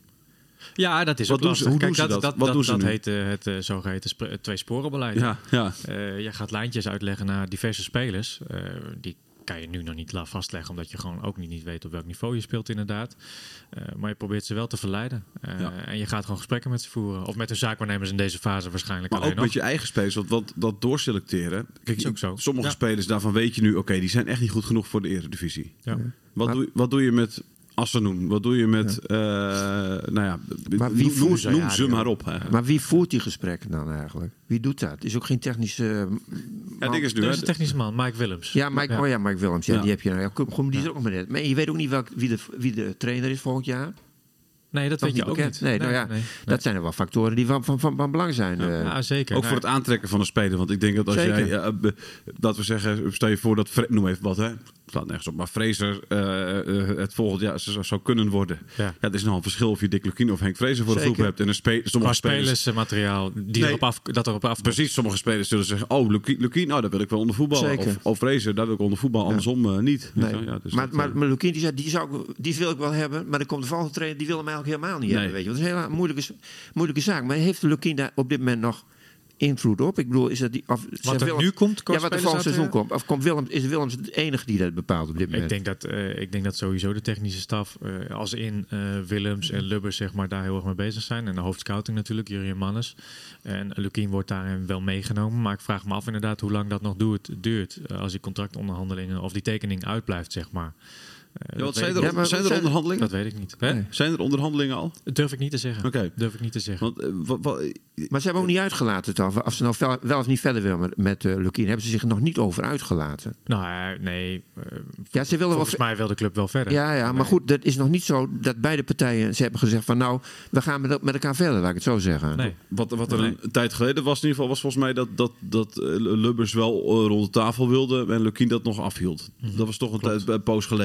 Ja, dat is Wat ook doen ze- lastig. hoe Kijk, doen ze dat, dat? dat, Wat dat, doen ze dat nu? heet eh, het eh, zogeheten sp- twee-sporenbeleid. Ja, ja. Eh, je gaat lijntjes uitleggen naar diverse spelers. Eh, die kan je nu nog niet la- vastleggen, omdat je gewoon ook niet, niet weet op welk niveau je speelt inderdaad. Eh, maar je probeert ze wel te verleiden. Eh, Ja. En je gaat gewoon gesprekken met ze voeren. Of met hun zaakwaarnemers in deze fase waarschijnlijk Maar alleen ook nog. met je eigen spelers, want wat, dat doorselecteren. Kijk, Is ook zo. sommige Ja. spelers daarvan weet je nu, oké, die zijn echt niet goed genoeg voor de eredivisie. Ja. Wat, Maar- doe, wat doe je met Assenoen? Wat doe je met, eh, nou ja, Maar wie noem, voert noem, ze? noem Ja, ze die- maar op. Hè. Maar wie voert die gesprekken dan eigenlijk? Wie doet dat? Is ook geen technische... Ja, man. ding is nu, Er hè, is een technische man, Mike Willems. Ja, Mike, Ja. oh ja, Mike Willems. Ja, Ja. die heb je nou. Ja, kom, kom, die is er ook nog maar net. Maar je weet ook niet welk, wie, de, wie de trainer is volgend jaar. Nee, dat Nog weet je niet ook bekend. niet. Nee, nou ja, nee. Dat zijn er wel factoren die van, van, van, van belang zijn. eh. Ja, zeker. Ook Nou, voor het aantrekken van een speler. Want ik denk dat als Zeker. jij, eh, be- laten we zeggen, stel je voor dat, Fre- noem even wat, hè. Het slaat nergens op, maar Fraser eh, eh, het volgend jaar zou, zou kunnen worden. Ja. Ja. het is nog een verschil of je Dick Lukien of Henk Fraser voor de Zeker. groep hebt. En een spe- Qua sommige spelers... spelersmateriaal die Nee. erop af, dat erop af Precies, sommige spelers zullen zeggen, oh, Lukien, Lukien, nou, daar wil ik wel onder voetballen. Zeker. Of, of Fraser, daar wil ik onder voetballen, andersom eh, niet. Nee. Weet je wel? Ja, dus maar dat, maar, eh, maar Lukien die zei, die, zou, ik- die wil ik wel hebben. Maar dan komt de volgende trainer, die wil hem eigenlijk helemaal niet Nee. hebben. Weet je. Want dat is een hele moeilijke, moeilijke zaak. Maar heeft Lukien daar op dit moment nog invloed op? Ik bedoel, is dat die... Of, Wat zegt er Willem- nu komt, qua Ja, wat er volgend spelers seizoen uit, komt. Of komt Willems, is Willems de enige die dat bepaalt op dit moment? Ik denk, dat, eh, ik denk dat sowieso de technische staf, eh, als in eh, Willems en Lubbers, zeg maar, daar heel erg mee bezig zijn. En de hoofdscouting natuurlijk, Jurien Mannes. En Lukien wordt daarin wel meegenomen. Maar ik vraag me af inderdaad hoe lang dat nog duurt, duurt eh, als die contractonderhandelingen of die tekening uitblijft, zeg maar. Eh, ja, dat wat weet zijn ik er, Ja, maar zijn er zijn- onderhandelingen? Dat weet ik niet. Hè? Nee. Zijn er onderhandelingen al? Dat durf ik niet te zeggen. Oké. Durf ik niet te zeggen. Want, eh, wa- wa- Maar ze hebben ook niet uitgelaten, toch? Of ze nou wel, wel of niet verder willen met, met uh, Lukien, hebben ze zich er nog niet over uitgelaten. Nou, eh, nee. eh, Ja, ze willen wel. volgens mij wil de club wel verder. Ja, ja, maar Nee. goed, dat is nog niet zo dat beide partijen ze hebben gezegd van nou, we gaan met, met elkaar verder, laat ik het zo zeggen. Nee. Wat, wat er Nee. een tijd geleden was, in ieder geval, was volgens mij dat, dat, dat eh, Lubbers wel eh, rond de tafel wilde en Lukien dat nog afhield. Dat was toch een tijd, een poos geleden. Ja.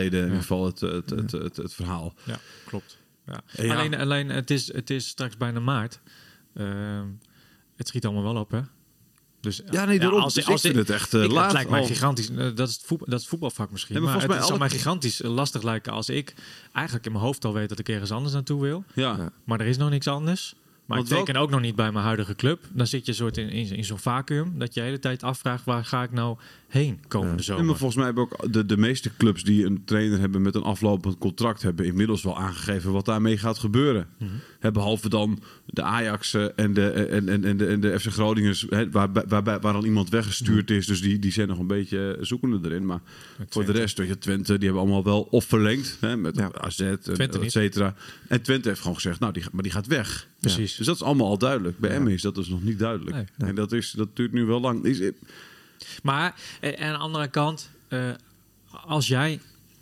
geval het, het, het, het, het, het verhaal. Ja, klopt. Ja. Ja. Alleen, alleen het, is, het is straks bijna maart. Uh, het schiet allemaal wel op, hè? Dus, ja, nee, daarom. Ja, als, dus als, ik vind ik, het echt uh, ik, laat. Het lijkt mij al. gigantisch. Uh, dat, is het voetbal, dat is het voetbalvak misschien. Ja, maar maar maar het mij zal alle... mij gigantisch lastig lijken als ik eigenlijk in mijn hoofd al weet dat ik ergens anders naartoe wil. Ja. Ja. Maar er is nog niks anders. Maar Want ik teken wel... ook nog niet bij mijn huidige club. Dan zit je soort in, in, in zo'n vacuüm. Dat je de hele tijd afvraagt, waar ga ik nou heen komende ja. zomer? Ja, maar volgens mij hebben ook de, de meeste clubs die een trainer hebben met een aflopend contract, hebben inmiddels wel aangegeven wat daarmee gaat gebeuren. Mm-hmm. He, behalve dan de Ajaxen en de, en, en, en de, en de F C Groningers, he, waar, waar, waar, waar dan iemand weggestuurd is. Dus die, die zijn nog een beetje zoekende erin. Maar Twente. Voor de rest, weet je, Twente, die hebben allemaal wel of verlengd. He, met ja. A Z, en, et cetera. En Twente heeft gewoon gezegd, nou, die, maar die gaat weg. Precies. Ja. Dus dat is allemaal al duidelijk. Bij ja. Emmen is dat dus nog niet duidelijk. Nee, nee. En dat, is, dat duurt nu wel lang. Is, maar en aan de andere kant, uh, als jij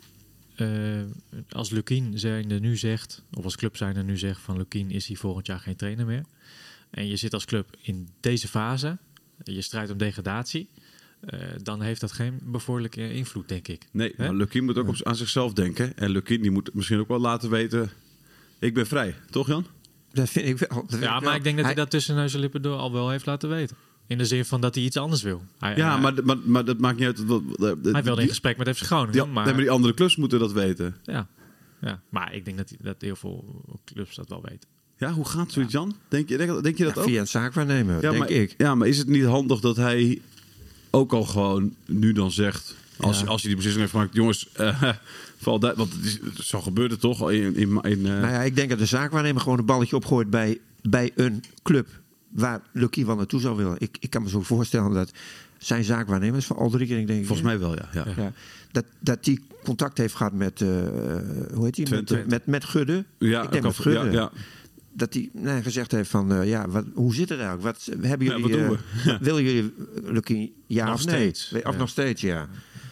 uh, als Lukien zijnde nu zegt, of als club zijnde nu zegt van Lukien is hij volgend jaar geen trainer meer. En je zit als club in deze fase, je strijdt om degradatie, uh, dan heeft dat geen bevorderlijke invloed, denk ik. Nee, He? maar Lukien moet ook op, aan zichzelf denken. En Lukien die moet misschien ook wel laten weten, ik ben vrij. Toch, Jan? Dat vind ik wel. Dat ja, ik maar wel. ik denk dat hij, hij dat tussen neus en lippen door al wel heeft laten weten. In de zin van dat hij iets anders wil. Hij, ja, hij, maar, maar, maar dat maakt niet uit. Dat, dat, dat, hij wilde in gesprek met F C Groningen. Die, maar, nee, maar die andere clubs moeten dat weten. Ja, ja. Maar ik denk dat, dat heel veel clubs dat wel weten. Ja, hoe gaat zoiets, Jan? Denk je, denk, denk je dat ja, ook? Via een zaakwaarnemer, ja, denk maar, ik. Ja, maar is het niet handig dat hij ook al gewoon nu dan zegt, als, ja. als hij die beslissing heeft gemaakt, jongens, uh, val dat, want het is, zo gebeurt het toch in, in, in uh... Nou ja, ik denk dat de zaakwaarnemer gewoon een balletje opgooit bij, bij een club waar Lucky wel naartoe zou willen. Ik, ik kan me zo voorstellen dat zijn zaakwaarnemers van Aldrich, denk ik. Volgens mij wel, ja. ja. ja dat, dat die contact heeft gehad met, uh, hoe heet die? Met, uh, met, met Gudde. Ja, ik denk met Gudde. Ja, ja. Dat hij nee, gezegd heeft van, uh, ja, wat, hoe zit het eigenlijk? Wat hebben jullie? Ja, wat uh, ja. Willen jullie Lucky ja nog of nee? Steeds. Of ja. nog steeds, ja.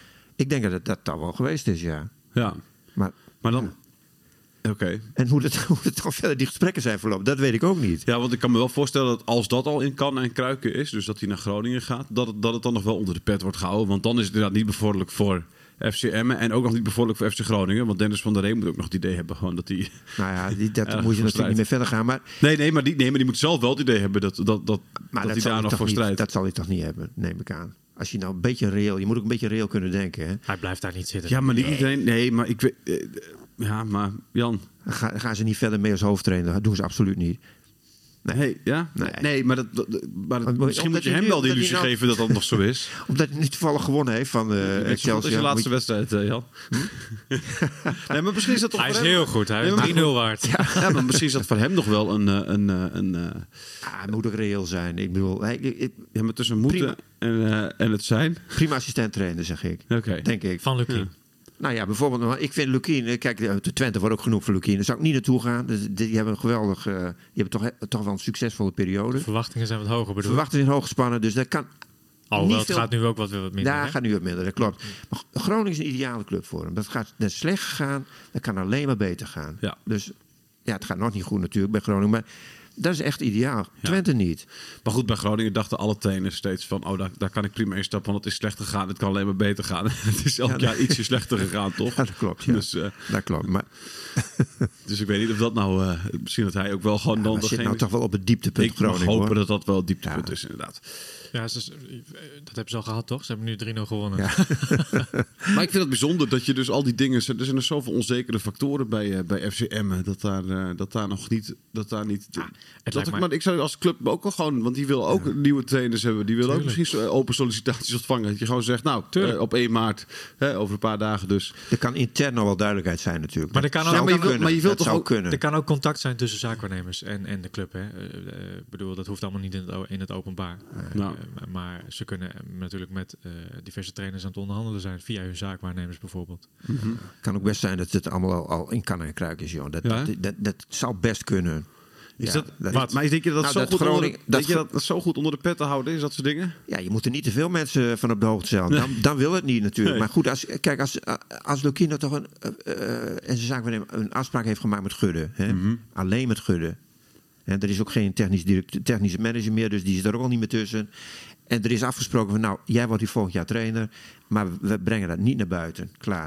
Ik denk dat het dat al wel geweest is, ja. Ja. Maar, maar dan... Ja. Oké. Okay. En hoe het, hoe het dan verder die gesprekken zijn verlopen, dat weet ik ook niet. Ja, want ik kan me wel voorstellen dat als dat al in kan en kruiken is, dus dat hij naar Groningen gaat, dat het, dat het dan nog wel onder de pet wordt gehouden. Want dan is het inderdaad niet bevorderlijk voor F C Emmen en ook nog niet bevorderlijk voor F C Groningen. Want Dennis van der Ree moet ook nog het idee hebben gewoon dat hij... Nou ja, die, dat moet je natuurlijk niet meer verder gaan. Maar... Nee, nee, maar die, nee, maar die moet zelf wel het idee hebben dat, dat, dat, dat hij daar nog voor strijdt. Dat zal hij toch niet hebben, neem ik aan. Als je nou een beetje reëel, je moet ook een beetje reëel kunnen denken. Hè? Hij blijft daar niet zitten. Ja, maar niet nee. iedereen... Nee, maar ik weet... Uh, ja, maar Jan... Ga, gaan ze niet verder mee als hoofdtrainer? Dat doen ze absoluut niet. Nee, nee ja? Nee, nee maar, dat, dat, maar dat, misschien moet je hem wel de illusie nou, geven dat dat nog zo is. Omdat hij niet toevallig gewonnen heeft van uh, Chelsea. Dat is je laatste je... wedstrijd, uh, Jan. Hm? nee, maar misschien is dat toch hij is hem... heel goed, hij is drie nul waard. Ja. ja, maar misschien is dat voor hem nog wel een... een, een, een uh... ah, het moet ook reëel zijn. Ik bedoel... Hij, ik, ja, maar tussen moeten en, uh, en het zijn... Prima assistent trainer, zeg ik. Okay. Denk ik. Van Lukien. Ja. Nou ja, bijvoorbeeld, ik vind Lukien, kijk, de Twente wordt ook genoeg voor Lukien. Daar zou ik niet naartoe gaan. Die hebben een geweldig, uh, die hebben toch, toch wel een succesvolle periode. De verwachtingen zijn wat hoger, bedoel ik. Verwachtingen zijn hoog gespannen, dus dat kan. Alhoewel, het veel... gaat nu ook wat, wat minder. Ja, hè? gaat nu wat minder, dat klopt. Maar Groningen is een ideale club voor hem. Dat gaat net slecht gegaan, dat kan alleen maar beter gaan. Ja. Dus ja, het gaat nog niet goed natuurlijk bij Groningen, maar dat is echt ideaal. Ja. Twente niet. Maar goed, bij Groningen dachten alle trainers steeds van... oh, daar, daar kan ik prima instappen, want het is slecht gegaan. Het kan alleen maar beter gaan. Het is elk ja, jaar ietsje slechter gegaan, toch? Ja, dat klopt, ja. Dus, uh, dat klopt, maar... dus ik weet niet of dat nou... Uh, misschien dat hij ook wel gewoon... Ja, dan zit nou is... toch wel op het dieptepunt ik Groningen, mag hopen hoor. dat dat wel het dieptepunt ja. is, inderdaad. Ja, ze, dat hebben ze al gehad, toch? Ze hebben nu drie nul gewonnen. Ja. Maar ik vind het bijzonder dat je dus al die dingen... Er zijn er zoveel onzekere factoren bij, uh, bij F C Emmen. Dat daar, uh, dat daar nog niet... Dat daar niet ja, het dat ik, maar... maar ik zou als club ook al gewoon... Want die wil ook ja. nieuwe trainers hebben. Die wil Tuurlijk. ook misschien open sollicitaties ontvangen. Dat je gewoon zegt, nou, uh, op één maart... Hè, over een paar dagen dus. Er kan intern nog wel duidelijkheid zijn natuurlijk. Maar er kan ook, ja, maar je wil, kunnen. maar je wilt dat toch ook kunnen. Er kan ook contact zijn tussen zaakwaarnemers en, en de club. Hè. Uh, uh, bedoel, dat hoeft allemaal niet in het, in het openbaar. Nou. Uh, maar ze kunnen natuurlijk met uh, diverse trainers aan het onderhandelen zijn. Via hun zaakwaarnemers bijvoorbeeld. Mm-hmm. Het kan ook best zijn dat het allemaal al, al in kan en kruik is. Joh. Dat, ja, dat, dat, dat zou best kunnen. Is ja, dat, dat, wat? Maar denk je dat, nou, zo dat, goed Groningen, onder de, dat, denk je dat zo goed onder de pet te houden is, dat soort dingen? Ja, je moet er niet te veel mensen van op de hoogte zijn. Dan, nee. dan wil het niet natuurlijk. Nee. Maar goed, als, kijk, als, als Lukien toch een, uh, uh, en zijn zaakwaarnemer een afspraak heeft gemaakt met Gudde. Hè? Mm-hmm. Alleen met Gudde. En er is ook geen technisch, direct, technische manager meer, dus die zit er ook al niet meer tussen. En er is afgesproken van, nou, jij wordt hier volgend jaar trainer, maar we brengen dat niet naar buiten. Klaar.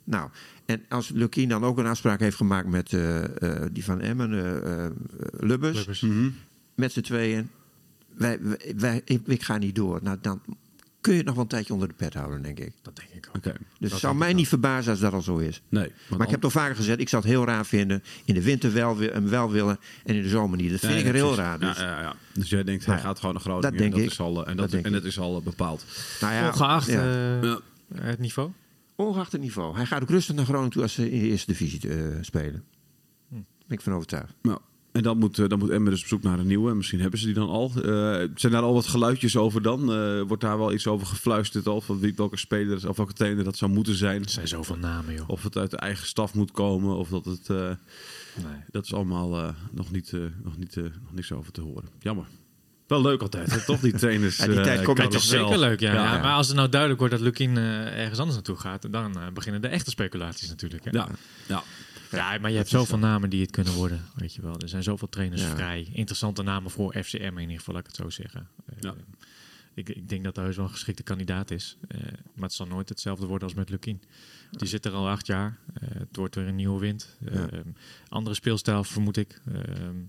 Nou, en als Lukien dan ook een afspraak heeft gemaakt met uh, uh, die van Emmen, uh, uh, Lubbers, Lubbers. Mm-hmm. met z'n tweeën, wij, wij, wij, ik, ik ga niet door. Nou, dan kun je het nog wel een tijdje onder de pet houden, denk ik. Dat denk ik ook. Okay. Dus het zou mij niet verbazen als dat al zo is. Nee, maar ik heb toch vaker gezegd, ik zou het heel raar vinden. In de winter wel, hem wel willen en in de zomer niet. Dat vind nee, ik er heel precies. raar. Dus, ja, ja, ja. dus jij denkt, hij ja, gaat gewoon naar Groningen. Dat denk en dat ik. Is al, en dat, dat denk en dat ik. is al uh, bepaald. Nou ja, Ongeacht ja. Uh, Ja. het niveau? Ongeacht het niveau. Hij gaat ook rustig naar Groningen toe als ze in de eerste divisie uh, spelen. Hm. Ben ik van overtuigd. Nou, en dan moet, uh, dan moet Emmen dus op zoek naar een nieuwe. Misschien hebben ze die dan al. Uh, zijn daar al wat geluidjes over dan? Uh, wordt daar wel iets over gefluisterd al? Van wie, welke speler of welke trainer dat zou moeten zijn? Er zijn zoveel namen, joh. Of het uit de eigen staf moet komen. Of dat het... Uh, nee. Dat is allemaal uh, nog, niet, uh, nog, niet, uh, nog niks over te horen. Jammer. Wel leuk altijd, hè? Toch die trainers. Ja, die tijd uh, komt Dat is zeker leuk, ja. Ja, ja. ja. Maar als het nou duidelijk wordt dat Lukien uh, ergens anders naartoe gaat, dan uh, beginnen de echte speculaties natuurlijk. Hè? Ja, ja. Ja, maar je hebt zoveel namen die het kunnen worden, weet je wel. Er zijn zoveel trainers Ja. vrij. Interessante namen voor F C M in ieder geval, laat ik het zo zeggen. Uh, Ja. ik, ik denk dat hij heus wel een geschikte kandidaat is. Uh, maar het zal nooit hetzelfde worden als met Lukien. Die zit er al acht jaar. Uh, het wordt weer een nieuwe wind. Uh, Ja. Andere speelstijl vermoed ik. Uh,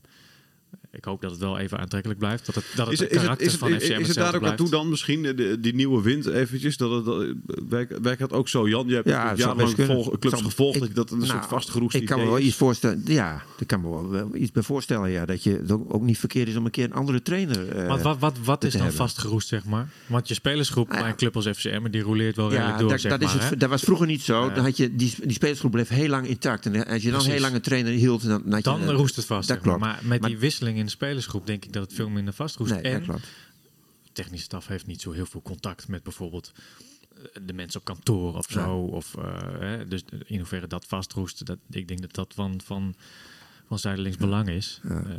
ik hoop dat het wel even aantrekkelijk blijft. Dat het, dat het Is, het- karakter is, het, is, van het, F C M is het hetzelfde daar ook blijft. naartoe dan misschien, de, die nieuwe wind eventjes? Dat het, dat, werkt, werkt dat ook zo, Jan? Je hebt Ja, het zou jarenlang best kunnen. vol, clubs Zou- gevolgd, ik- dat, dat het een nou, soort vastgeroest Ik kan me idee wel is. iets voorstellen. Ja, ik kan me wel, wel iets bij voorstellen. Ja, dat je het ook, ook niet verkeerd is om een keer een andere trainer. Uh, Want wat, wat, wat te is dan hebben. vastgeroest, zeg maar? Want je spelersgroep Nou ja. bij een club als F C M, die roleert wel redelijk Ja, door, dat, zeg dat, maar. is hè? het, dat was vroeger niet zo. Ja. Dan had je, die, die spelersgroep bleef heel lang intact. En als je dan Precies. heel lang een trainer hield, dan, dan, had je, Dan uh, roest het vast. Dat zeg maar. klopt. Maar met Maar- die wisseling in de spelersgroep denk ik dat het veel minder vastroest. Nee, en dat klopt. de technische staf heeft niet zo heel veel contact met bijvoorbeeld eh, de mensen op kantoor of zo. Ja. Of, uh, hè, dus in hoeverre dat vastroest, dat, ik denk dat dat van, van, van zijdelings belang is. Ja. Uh,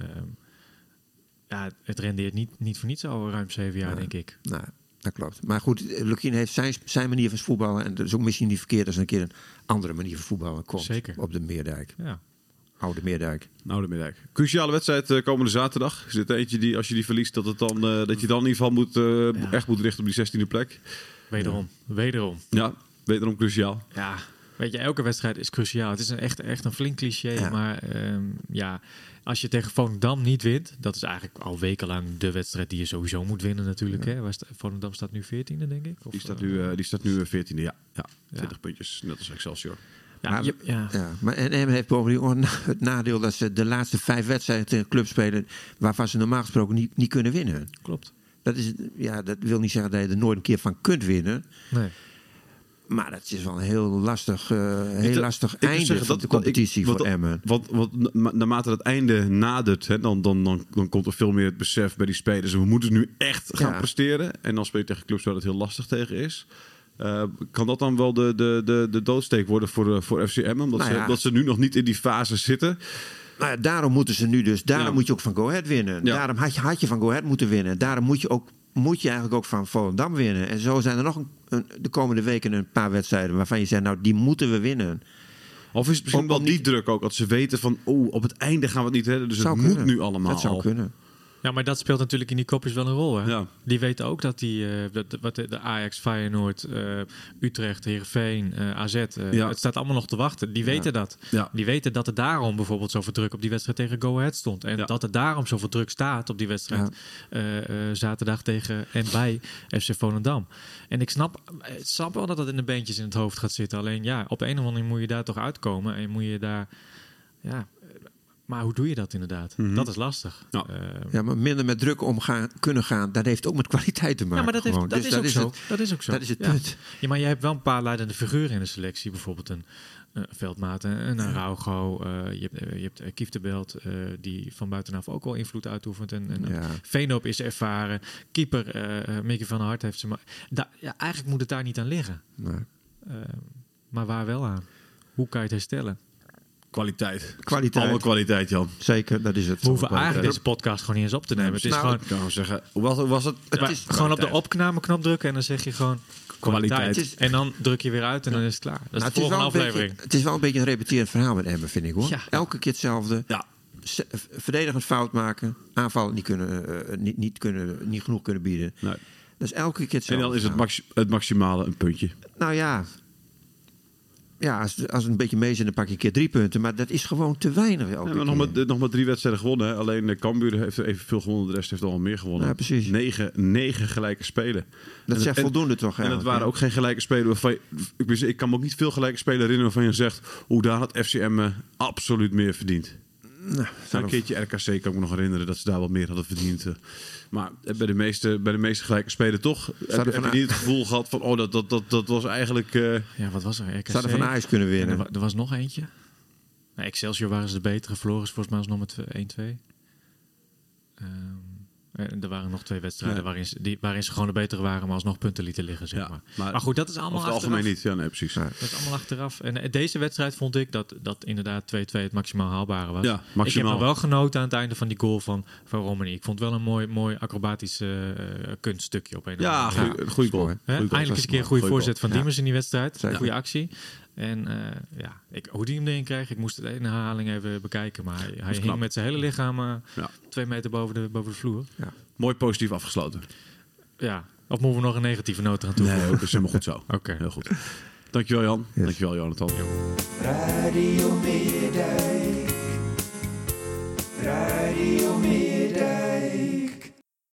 ja, het rendeert niet, niet voor niets al ruim zeven jaar, Nee. denk ik. Nou, dat klopt. Maar goed, Lukien heeft zijn, zijn manier van voetballen. En dat is ook misschien niet verkeerd als er een keer een andere manier van voetballen komt. Zeker. Op de Meerdijk. Ja. Oude Meerdijk. Nou, de middag. Cruciale wedstrijd uh, komende zaterdag. Is dit eentje die, als je die verliest, dat, het dan, uh, dat je dan in ieder geval moet, uh, Ja. echt moet richten op die zestiende plek? Wederom, wederom. Ja, wederom cruciaal. Ja, weet je, elke wedstrijd is cruciaal. Het is een echt, echt een flink cliché, Ja. maar um, ja, als je tegen Volendam niet wint, dat is eigenlijk al wekenlang de wedstrijd die je sowieso moet winnen natuurlijk. Ja. Hè? Waar sta, Volendam staat nu veertiende, denk ik. Of, Die staat uh, nu, uh, die staat nu veertiende, ja. ja. twintig Ja. puntjes, net als Excelsior. ja, Maar- je- ja. Ja, maar en Emmen heeft bovendien ook het nadeel dat ze de laatste vijf wedstrijden tegen club spelen waarvan ze normaal gesproken niet, niet kunnen winnen. klopt. Dat, is, ja, dat wil niet zeggen dat je er nooit een keer van kunt winnen. Nee. Maar dat is wel een heel lastig, uh, heel dat- lastig ik wil einde zeggen, van dat- de dat- competitie ik- voor want- Emmen. Want, want na- naarmate het einde nadert, hè, dan, dan, dan, dan komt er veel meer het besef bij die spelers. We moeten nu echt gaan Ja. presteren. En dan speel je tegen clubs waar het heel lastig tegen is. Uh, kan dat dan wel de, de, de, de doodsteek worden voor, uh, voor F C Emmen? Omdat, Nou ze, ja. dat ze nu nog niet in die fase zitten. Nou ja, daarom moeten ze nu dus. Daarom Ja. moet je ook van Go Ahead winnen. Ja. Daarom had je, had je van Go Ahead moeten winnen. Daarom moet je, ook, moet je eigenlijk ook van Volendam winnen. En zo zijn er nog een, een, de komende weken een paar wedstrijden waarvan je zegt, nou die moeten we winnen. Of is het misschien Om- wel om die niet- druk ook? Dat ze weten van, oh, op het einde gaan we het niet redden. Dus Zou het moet kunnen. nu allemaal Dat zou al. kunnen. Ja, maar dat speelt natuurlijk in die kopjes wel een rol. Hè? Ja. Die weten ook dat die, uh, dat, wat de, de Ajax, Feyenoord, uh, Utrecht, Heerenveen, uh, A Z, uh, Ja. het staat allemaal nog te wachten. Die weten dat. Ja. Die weten dat er daarom bijvoorbeeld zoveel druk op die wedstrijd tegen Go Ahead stond. En Ja. dat er daarom zoveel druk staat op die wedstrijd uh, uh, zaterdag tegen en bij F C Volendam. En ik snap, ik snap wel dat dat in de beentjes in het hoofd gaat zitten. Alleen ja, op de een of andere manier moet je daar toch uitkomen. En moet je daar... Ja, maar hoe doe je dat inderdaad? Mhm. Dat is lastig. Ja. Uh, Ja, maar minder met druk omgaan kunnen gaan, dat heeft ook met kwaliteit te maken. Ja, maar dat, heeft, gewoon. dat, Dus is ook zo. het, dat is ook zo. dat is het ja. punt. Ja, maar je hebt wel een paar leidende figuren in de selectie. Bijvoorbeeld een, een Veldmaat, een Araujo. Uh, je hebt, uh, je hebt uh, Kieftenbelt, uh, die van buitenaf ook wel invloed uitoefent. En, en Ja. Veenhoop is ervaren. Keeper uh, Mickey van der Hart heeft ze maar... Da- ja, eigenlijk moet het daar niet aan liggen. Nee. Uh, maar waar wel aan? Hoe kan je het herstellen? Kwaliteit. Kwaliteit. Allemaal kwaliteit, Jan. Zeker, dat is het. We hoeven Kwaliteit. eigenlijk deze podcast gewoon niet eens op te nemen. Het is Nou, gewoon... Ik kan gewoon zeggen, hoe was, hoe was het? Het Maar is gewoon op de kwaliteit. opnameknop drukken en dan zeg je gewoon kwaliteit. Kwaliteit. Het is- En dan druk je weer uit en dan is het klaar. Dat is Nou, de het, is wel volgende een aflevering. beetje, het is wel een beetje een repeterend verhaal met Emmen, vind ik hoor. Ja. Elke keer hetzelfde. Ja. Se- verdedigend fout maken. Aanvallen niet, kunnen, uh, niet, niet, kunnen, niet genoeg kunnen bieden. Nee. Dat is elke keer En hetzelfde. dan is het, verhaal. maxi- het maximale een puntje. Nou ja. ja, als, als het een beetje mee zit, dan pak je een keer drie punten. Maar dat is gewoon te weinig. Ja, maar nog, maar, nog maar drie wedstrijden gewonnen. Hè. Alleen uh, Cambuur heeft evenveel gewonnen. De rest heeft al meer gewonnen. Ja, precies. Negen, negen gelijke spelen. Dat en, zegt en, voldoende toch? En het waren ja. ook geen gelijke spelen. Waarvan je, ik, ik kan me ook niet veel gelijke spelen herinneren waarvan je zegt... hoe daar had F C M absoluut meer verdiend. Nou, een keertje R K C kan ik me nog herinneren dat ze daar wat meer hadden verdiend. Maar bij de meeste, bij de meeste gelijke spelen toch heb, heb je niet het gevoel gehad van oh dat, dat, dat, dat was eigenlijk... Uh... Ja, wat was er? R K C. Zouden van Ajax kunnen winnen. Er, er was nog eentje. Nou, Excelsior waren ze de betere. Verloren volgens mij alsnog met één twee. Um, er waren nog twee wedstrijden ja. waarin, ze, die, waarin ze gewoon de betere waren, maar alsnog punten lieten liggen. Zeg ja, maar. Maar, maar goed, dat is allemaal achteraf. Algemeen niet, ja, nee, precies. Ja. Dat is allemaal achteraf. En deze wedstrijd vond ik dat, dat inderdaad twee twee het maximaal haalbare was. Ja, maximaal. Ik heb nog wel genoten aan het einde van die goal van, van Romani. Ik vond het wel een mooi, mooi acrobatisch uh, kunststukje op een of ja, andere een goede goal. He? Eindelijk eens een keer een goede voorzet van Diemers ja. in die wedstrijd. Een goede ja. actie. En uh, ja, ik, hoe die hem erin kreeg, ik moest het in de herhaling even bekijken. Maar hij, hij hing met zijn hele lichaam uh, ja. twee meter boven de, boven de vloer. Ja. Mooi positief afgesloten. Ja, of moeten we nog een negatieve noot aan toevoegen? Nee, dat is helemaal goed zo. Oké. Okay. Heel goed. Dankjewel Jan. Yes. Dankjewel Jonathan. Radio Meerdijk. Radio Meerdijk.